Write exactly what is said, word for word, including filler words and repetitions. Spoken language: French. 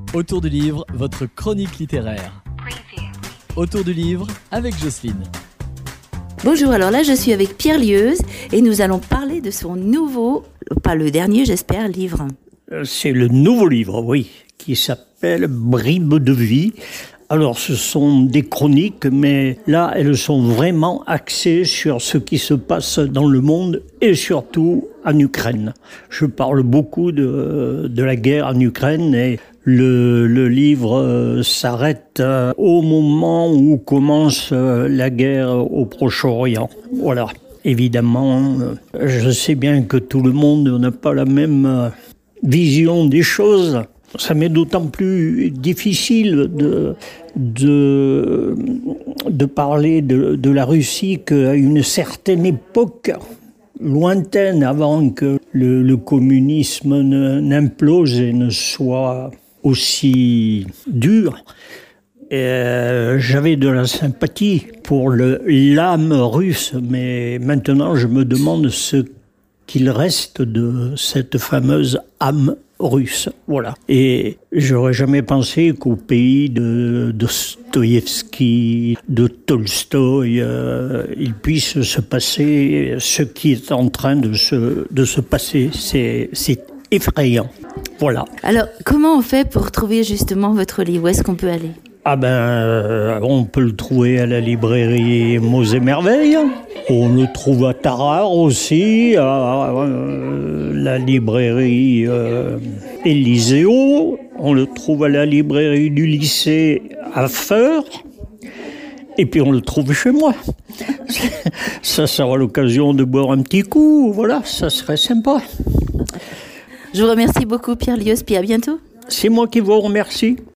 Autour du livre, votre chronique littéraire. Autour du livre avec Jocelyne. Bonjour, alors là je suis avec Pierre Lieuse et nous allons parler de son nouveau, pas le dernier j'espère, livre. C'est le nouveau livre, oui, qui s'appelle Bribes de vie. Alors ce sont des chroniques, mais là elles sont vraiment axées sur ce qui se passe dans le monde et surtout en Ukraine. Je parle beaucoup de, de la guerre en Ukraine et le, le livre s'arrête au moment où commence la guerre au Proche-Orient. Voilà. Évidemment, je sais bien que tout le monde n'a pas la même vision des choses. Ça m'est d'autant plus difficile de, de, de parler de, de la Russie qu'à une certaine époque lointaine, avant que le, le communisme n'implose et ne soit aussi dur, euh, j'avais de la sympathie pour le, l'âme russe, mais maintenant je me demande ce qu'il reste de cette fameuse âme russe, voilà. Et j'aurais jamais pensé qu'au pays de Dostoïevski, de Tolstoï, euh, il puisse se passer ce qui est en train de se, de se passer. C'est, c'est effrayant. Voilà. Alors, comment on fait pour trouver justement votre livre? Où est-ce qu'on peut aller? Ah ben, euh, on peut le trouver à la librairie Mots et Merveilles. On le trouve à Tarare aussi, à euh, la librairie euh, Élyséo. On le trouve à la librairie du lycée à Feur. Et puis on le trouve chez moi. Ça sera l'occasion de boire un petit coup. Voilà, ça serait sympa. Je vous remercie beaucoup Pierre Lieuse, puis à bientôt. C'est moi qui vous remercie.